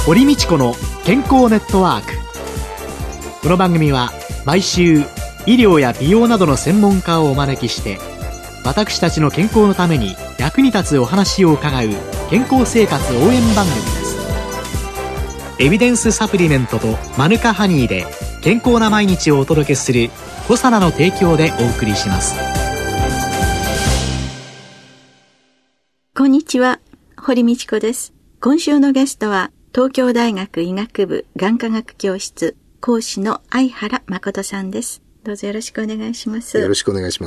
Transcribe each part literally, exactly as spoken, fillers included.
堀道子の健康ネットワーク。この番組は毎週医療や美容などの専門家をお招きして、私たちの健康のために役に立つお話を伺う健康生活応援番組です。エビデンスサプリメントとマヌカハニーで健康な毎日をお届けするコサナの提供でお送りします。 こんにちは、堀道子です。今週のゲストは東京大学医学部眼科学教室講師の相原誠さんです。どうぞよろしくお願いします。 よろしくお願いします。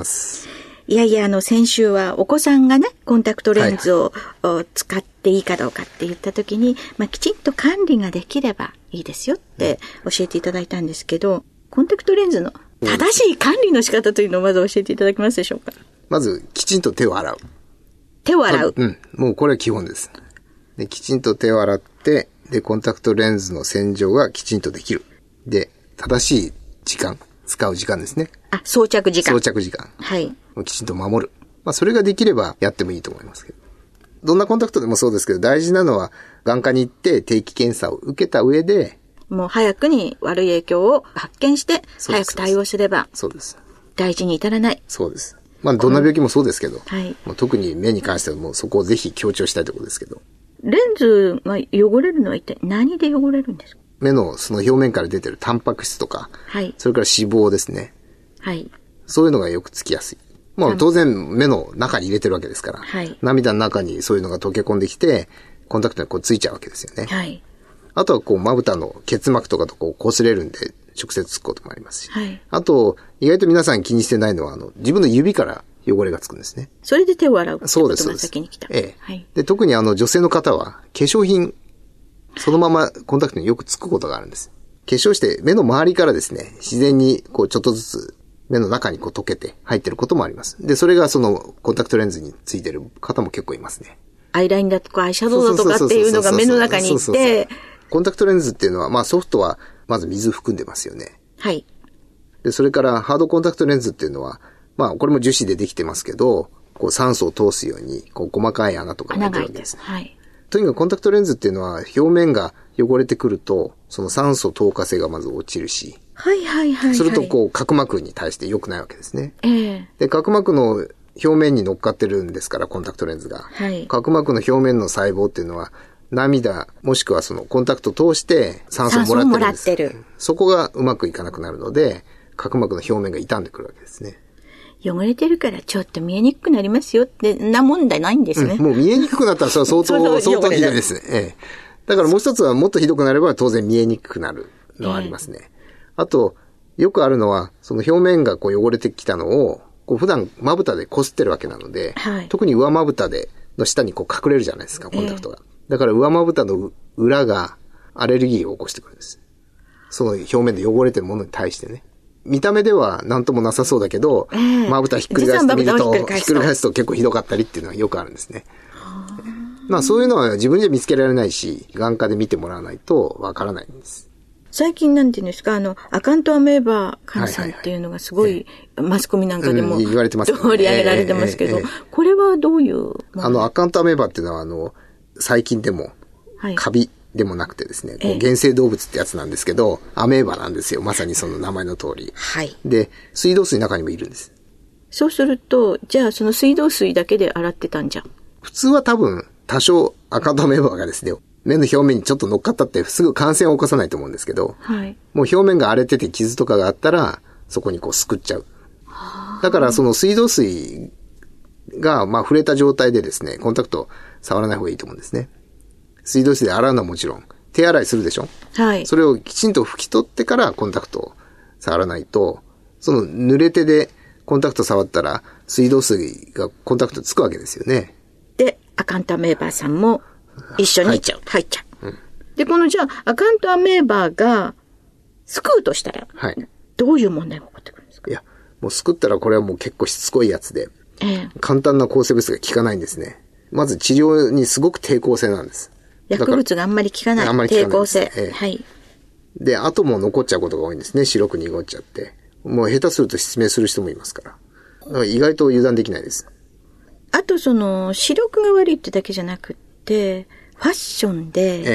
いやいや、あの先週はお子さんがね、コンタクトレンズを、はい、使っていいかどうかって言った時に、まあ、きちんと管理ができればいいですよって教えていただいたんですけど、コンタクトレンズの正しい管理の仕方というのをまず教えていただけますでしょうか。 まずきちんと手を洗う。 手を洗う。 うん、もうこれは基本です。で、きちんと手を洗って、で、コンタクトレンズの洗浄がきちんとできる。で、正しい時間、使う時間ですね。 あ、装着時間。 装着時間。 はい。 きちんと守る。まあ、それができればやってもいいと思いますけど。どんなコンタクトでもそうですけど、大事なのは眼科に行って定期検査を受けた上で、 もう早くに悪い影響を発見して、早く対応すれば。 そうです。 大事に至らない。 そうです。まあ、どんな病気もそうですけど、 はい、 もう特に目に関してはもうそこをぜひ強調したいところですけど。 レンズが汚れるのは一体何で汚れるんですか？ 目のその表面から出てるタンパク質とか、 はい、 それから脂肪ですね。 はい。 そういうのがよくつきやすい。まあ当然目の中に入れてるわけですから、 はい、 涙の中にそういうのが溶け込んできて、コンタクトにこうついちゃうわけですよね。 はい。 あとはこうまぶたの結膜とかとこう擦れるんで直接つくこともありますし、 はい、 あと意外と皆さん気にしてないのはあの自分の指から汚れがつくんですね。 それで手を洗うってそうです、 ことが先に来た。 ええ。 はい。 で、特にあの女性の方は化粧品、そのままコンタクトによくつくことがあるんです。化粧して目の周りからですね、自然にこうちょっとずつ目の中にこう溶けて入ってることもあります。で、それがそのコンタクトレンズについてる方も結構いますね。 アイラインだとかアイシャドウだとかっていうのが目の中にいって、 コンタクトレンズっていうのは、まあソフトはまず水含んでますよね。 はい。で、 それからハードコンタクトレンズっていうのは、まあこれも樹脂でできてますけど、こう酸素を通すように、こう細かい穴とかが開いてるわけです。 はい。 とにかくコンタクトレンズっていうのは表面が汚れてくると、その酸素透過性がまず落ちるし、 はいはいはい、はい。 それとこう角膜に対して良くないわけですね。 ええー。 で、角膜の表面に乗っかってるんですから、コンタクトレンズが。 はい。 角膜の表面の細胞っていうのは、涙、もしくはそのコンタクトを通して酸素をもらってるんです。 酸素をもらってる。 そこがうまくいかなくなるので、角膜の表面が傷んでくるわけですね。 汚れてるからちょっと見えにくくなりますよってな問題ないんですね。 うん、もう見えにくくなったらそれは相当、相当ひどいですね。ええ。だからもう一つはもっとひどくなれば当然見えにくくなるのはありますね。ええ、あと、よくあるのは、その表面がこう汚れてきたのを、こう普段まぶたで擦ってるわけなので、 はい、 特に上まぶたで、の下にこう隠れるじゃないですか、コンタクトが。ええ、だから上まぶたの裏がアレルギーを起こしてくるんです。その表面で汚れてるものに対してね。見た目では何ともなさそうだけど、えー、まぶたひっくり返してみると、ひっくり返すと結構ひどかったりっていうのはよくあるんですね。まあそういうのは自分じゃ見つけられないし、眼科で見てもらわないとわからないんです。 最近なんていうんですか、あの、アカントアメーバー感染っていうのがすごい、マスコミなんかでも、 言われてますね。 取り上げられてますけど、これはどういう？ あの、アカントアメーバーっていうのは、あの、細菌でも、カビでもなくてですね、こう原生動物ってやつなんですけど、アメーバなんですよ。まさにその名前の通り。 はい。 で、水道水の中にもいるんです。 そうすると、じゃあその水道水だけで洗ってたんじゃん。 普通は多分、多少アカントアメーバーがですね、目の表面にちょっと乗っかったってすぐ感染を起こさないと思うんですけど、 はい、 もう表面が荒れてて傷とかがあったら、そこにこうすくっちゃう。だからその水道水がまあ触れた状態でですね、コンタクト触らない方がいいと思うんですね。水道水で洗うのはもちろん、手洗いするでしょ？ はい。 それをきちんと拭き取ってからコンタクトを触らないと、その濡れ手でコンタクト触ったら水道水がコンタクトつくわけですよね。 で、アカントアメーバーさんも一緒に入っちゃう。入っちゃう。うん、で、このじゃあ、アカントアメーバーがすくうとしたら、はい、どういう問題が起こってくるんですか？ いや、もうすくったらこれはもう結構しつこいやつで、ええ、簡単な抗生物質が効かないんですね。まず治療にすごく抵抗性なんです。 薬物があんまり効かない。あんまり効かない。抵抗性。ええ、はい。 で、後も残っちゃうことが多いんですね。白く濁っちゃって。もう下手すると失明する人もいますから。だから意外と油断できないです。 あとその、視力が悪いってだけじゃなくって、ファッションで、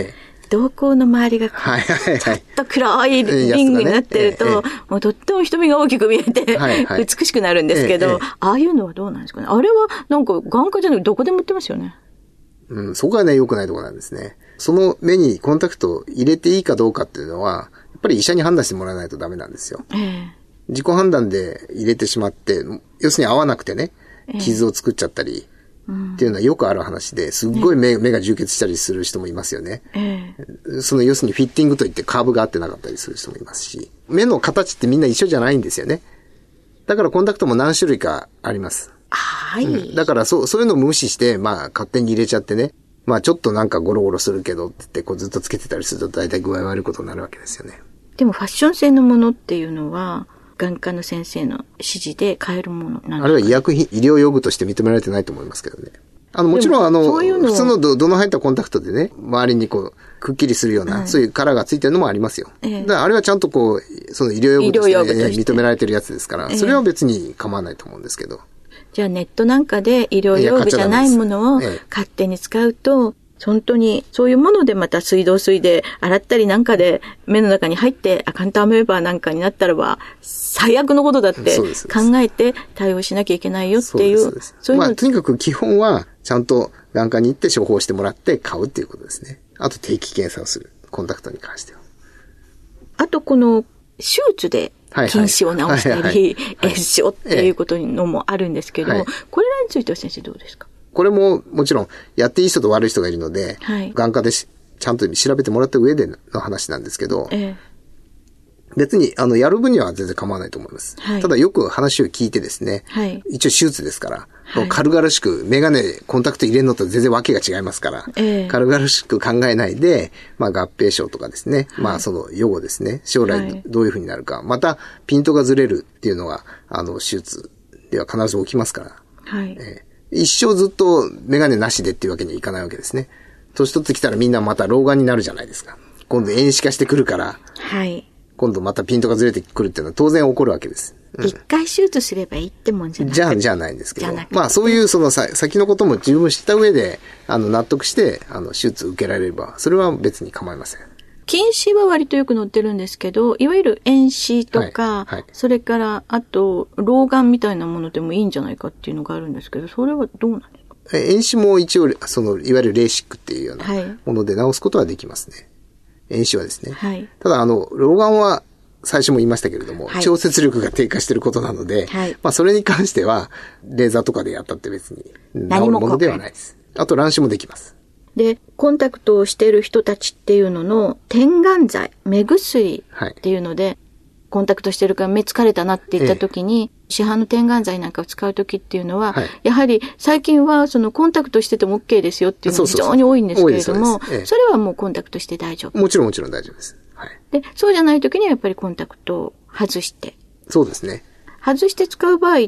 瞳孔の周りがはいはいはい。 ちょっと黒いリングになってると、 やつがねええもうとっても瞳が大きく見えて、 はいはい美しくなるんですけど、 ええええああいうのはどうなんですかね。あれはなんか眼科じゃなくてどこでも売ってますよね。 うん、そこがね、良くないところなんですね。その目にコンタクトを入れていいかどうかっていうのは、やっぱり医者に判断してもらわないとダメなんですよ。 ええ、 自己判断で入れてしまって、要するに合わなくてね、傷を作っちゃったり、っていうのはよくある話で、すっごい目、目が充血したりする人もいますよね。 ええ、 その要するにフィッティングといってカーブが合ってなかったりする人もいますし、目の形ってみんな一緒じゃないんですよね。だからコンタクトも何種類かあります。 はい、 うん。だからそう、そういうのを無視して、まあ勝手に入れちゃってね、まあちょっとなんかゴロゴロするけどって言ってこうずっとつけてたりすると大体具合悪いことになるわけですよね。 でもファッション性のものっていうのは、眼科の先生の指示で買えるものなんですか？ あれは医薬品、医療用具として認められてないと思いますけどね。あの、もちろんあの、 そういうの普通のど、どの入ったコンタクトでね、周りにこう、くっきりするような、はい、そういうカラーがついてるのもありますよ。ええ、だからあれはちゃんとこう、その医療用具として、ね、として認められてるやつですから、それは別に構わないと思うんですけど。 じゃあネットなんかで医療用具じゃないものを勝手に使うと、本当にそういうものでまた水道水で洗ったりなんかで目の中に入ってアカントアメーバーなんかになったらば最悪のことだって考えて対応しなきゃいけないよっていう。そうです。 そういうの。まあとにかく基本はちゃんと眼科に行って処方してもらって買うっていうことですね。あと定期検査をする。コンタクトに関しては。 あとこの手術で近視を治したり、炎症っていうことのもあるんですけども、これらについては先生どうですか？ これももちろんやっていい人と悪い人がいるので、はい、眼科でちゃんと調べてもらった上での話なんですけど、ええ、別にあのやる分には全然構わないと思います。はい、ただよく話を聞いてですね、はい、一応手術ですから、はい、軽々しくメガネ、コンタクト入れるのと全然わけが違いますから、ええ、軽々しく考えないで、まあ合併症とかですね、はい、まあその予後ですね、将来どういうふうになるか、はい、またピントがずれるっていうのが、あの手術では必ず起きますから、はいええ一生ずっとメガネなしでっていうわけにはいかないわけですね。年取ってきたらみんなまた老眼になるじゃないですか。今度遠視化してくるから、はい。今度またピントがずれてくるっていうのは当然起こるわけです。 うん、一回手術すればいいってもんじゃないじゃあ、じゃあないんですけど。まあそういうその先のことも十分知った上で、あの納得して、あの手術受けられれば、それは別に構いません。 近視は割とよく載ってるんですけど、いわゆる遠視とか、はいはい、それからあと老眼みたいなものでもいいんじゃないかっていうのがあるんですけど、それはどうなんですか？ 遠視も一応そのいわゆるレーシックっていうようなもので治すことはできますね。遠視はですね。はい、ただあの老眼は最初も言いましたけれども、はい、調節力が低下していることなので、はい、まあそれに関してはレーザーとかでやったって別に治るものではないです。あと乱視もできます。 で、コンタクトをしている人たちっていうのの点眼剤、目薬っていうので、はい、コンタクトしてるから目疲れたなって言った時に、ええ、市販の点眼剤なんかを使う時っていうのは、はい、やはり最近はそのコンタクトしてても OK ですよっていうのが非常に多いんですけれども、そ, ええ、それはもうコンタクトして大丈夫。 もちろんもちろん大丈夫です。はい、 で、そうじゃない時にはやっぱりコンタクトを外して。 そうですね。 外して使う場合って、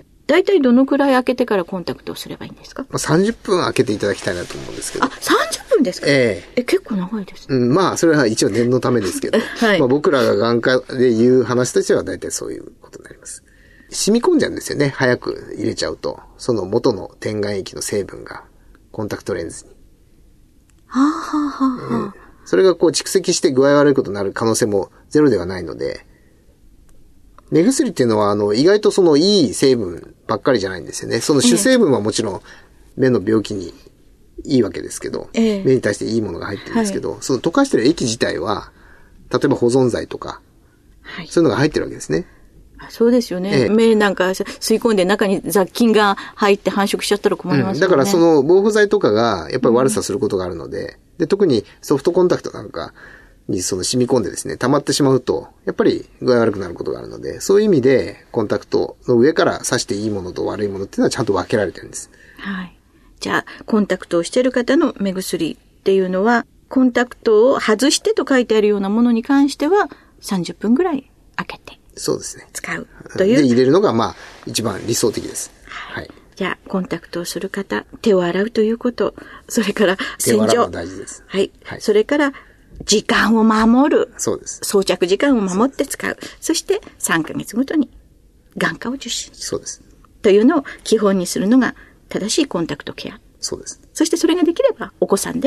だいたいどのくらい開けてからコンタクトをすればいいんですか？ まあ、さんじゅっぷん開けていただきたいなと思うんですけど。 あ、さんじゅっぷんですか？ええ。え、結構長いですね。 うん、まあ、それは一応念のためですけど。はい。まあ、僕らが眼科で言う話としてはだいたいそういうことになります。染み込んじゃうんですよね。早く入れちゃうと。その元の点眼液の成分が、コンタクトレンズに。 はあ、はあはあはあ、 えー。それがこう蓄積して具合悪いことになる可能性もゼロではないので、目薬っていうのは、あの、意外とそのいい成分ばっかりじゃないんですよね。その主成分はもちろん目の病気にいいわけですけど、ええ、目に対していいものが入ってるんですけど、はい、その溶かしてる液自体は、例えば保存剤とか、はい、そういうのが入ってるわけですね。 そうですよね、ええ。目なんか吸い込んで中に雑菌が入って繁殖しちゃったら困りますよね。うん、 だからその防腐剤とかがやっぱり悪さすることがあるので、うん、で特にソフトコンタクトなんか、にその染み込んでですね、溜まってしまうと、やっぱり具合悪くなることがあるので、そういう意味で、コンタクトの上から刺していいものと悪いものっていうのはちゃんと分けられてるんです。 はい。じゃあ、コンタクトをしている方の目薬っていうのは、コンタクトを外してと書いてあるようなものに関しては、さんじゅっぷんぐらい開けて。 そうですね。 使うという。 で、入れるのが、まあ、一番理想的です。はい。 じゃあ、コンタクトをする方、手を洗うということ、それから洗浄。 手を洗うのが大事です。 はい。はい、それから、時間を守る。 そうです。 装着時間を守って使う。そしてさんかげつごとに眼科を受診。 そうです。 というのを基本にするのが正しいコンタクトケア。 そうです。 そしてそれができればお子さんでも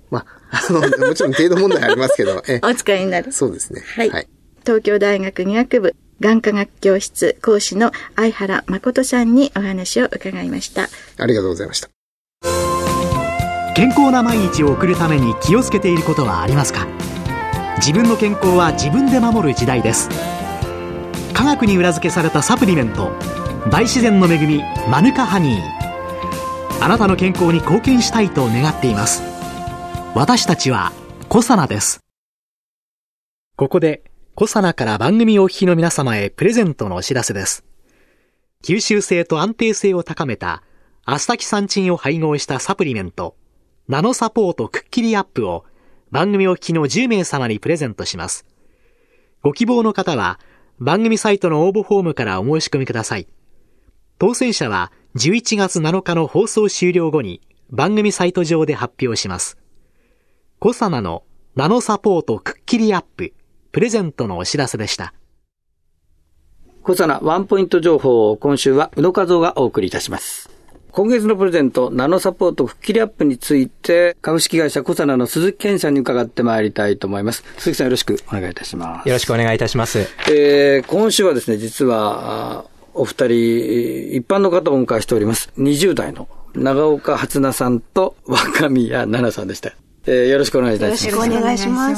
まあ、あの、もちろん程度問題ありますけど、えお使いになる。 そうですね。 はい。はい、東京大学医学部眼科学教室講師の相原誠さんにお話を伺いました。 ありがとうございました。 健康な毎日を送るために気をつけていることはありますか？自分の健康は自分で守る時代です。科学に裏付けされたサプリメント、大自然の恵みマヌカハニー。あなたの健康に貢献したいと願っています。私たちはコサナです。ここでコサナから番組をお聞きの皆様へプレゼントのお知らせです。吸収性と安定性を高めたアスタキサンチンを配合したサプリメントナノサポートくっきりアップを番組お聞きのじゅうめいさまにプレゼントします。ご希望の方は番組サイトの応募フォームからお申し込みください。当選者はじゅういちがつなのかの放送終了後に番組サイト上で発表します。コサナのナノサポートくっきりアッププレゼントのお知らせでした。 コサナワンポイント情報を今週は宇野和夫がお送りいたします。今月のプレゼントナノサポートくっきりアップについて株式会社コサナの鈴木健さんに伺ってまいりたいと思います。鈴木さんよろしくお願いいたします。 よろしくお願いいたします。 えー、今週はですね、実はお二人一般の方をお迎えしております。にじゅうだいの長岡初菜さんと若宮奈々さんでした。えー、よろしくお願いいたします。 よろしくお願いします。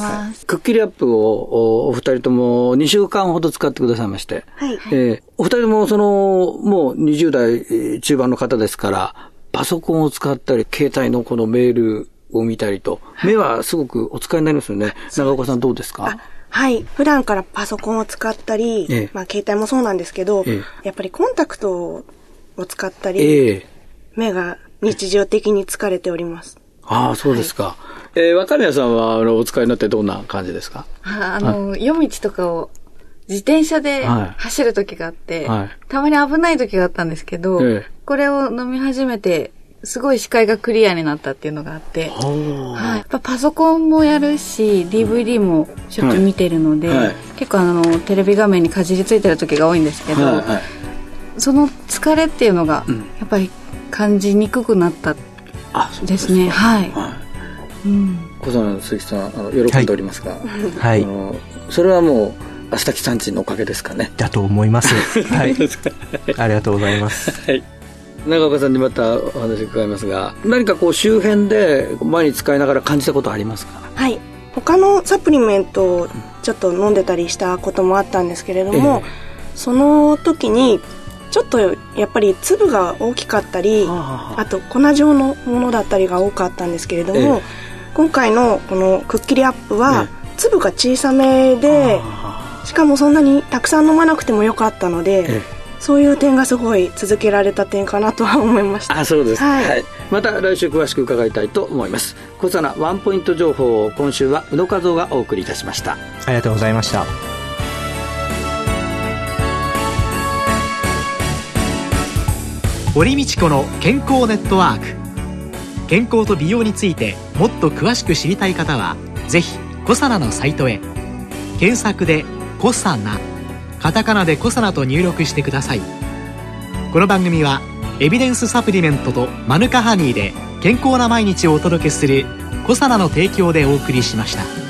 くっきりアップを お, お二人ともにしゅうかんほど使ってくださいまして、 はい。 えー、お二人ともそのもうにじゅうだい中盤の方ですからパソコンを使ったり携帯のこのメールを見たりと、はい、目はすごくお使いになりますよね。長岡さんどうですか？ はい。普段からパソコンを使ったり、ええ、まあ携帯もそうなんですけど、ええ、やっぱりコンタクトを使ったり、ええ、目が日常的に疲れております。 ああ、そうですか。はい、えー、若宮さんはあのお使いになってどんな感じですか？ あの、はい、夜道とかを自転車で走る時があって、はい、たまに危ない時があったんですけど、ええ、これを飲み始めて、すごい視界がクリアになったっていうのがあって、はい、やっぱパソコンもやるし ディーブイディー もしょっちゅう見てるので、はいはい、結構あのテレビ画面にかじりついてる時が多いんですけど、はいはい、その疲れっていうのがやっぱり感じにくくなったですね。はい。はい、うん、 小沢の鈴木さんあの喜んでおりますが、 はい、 あのそれはもうアスタキサンチンのおかげですかね。 だと思います。はい。ありがとうございます。 はい。長岡さんにまたお話を伺いますが、何かこう周辺で毎日使いながら感じたことありますか？ はい。他のサプリメントをちょっと飲んでたりしたこともあったんですけれども、ええ、その時にちょっとやっぱり粒が大きかったり、あと粉状のものだったりが多かったんですけれども、ええ、今回のこのくっきりアップは粒が小さめで、しかもそんなにたくさん飲まなくてもよかったので、ええ、そういう点がすごい続けられた点かなとは思いました。 あ、そうです、はいはい、また来週詳しく伺いたいと思います。コサナワンポイント情報を今週は宇野和夫がお送りいたしました。 ありがとうございました。 堀道子の健康ネットワーク。健康と美容についてもっと詳しく知りたい方はぜひコサナのサイトへ検索でコサナカタカナでコサナと入力してください。この番組はエビデンスサプリメントとマヌカハニーで健康な毎日をお届けするコサナの提供でお送りしました。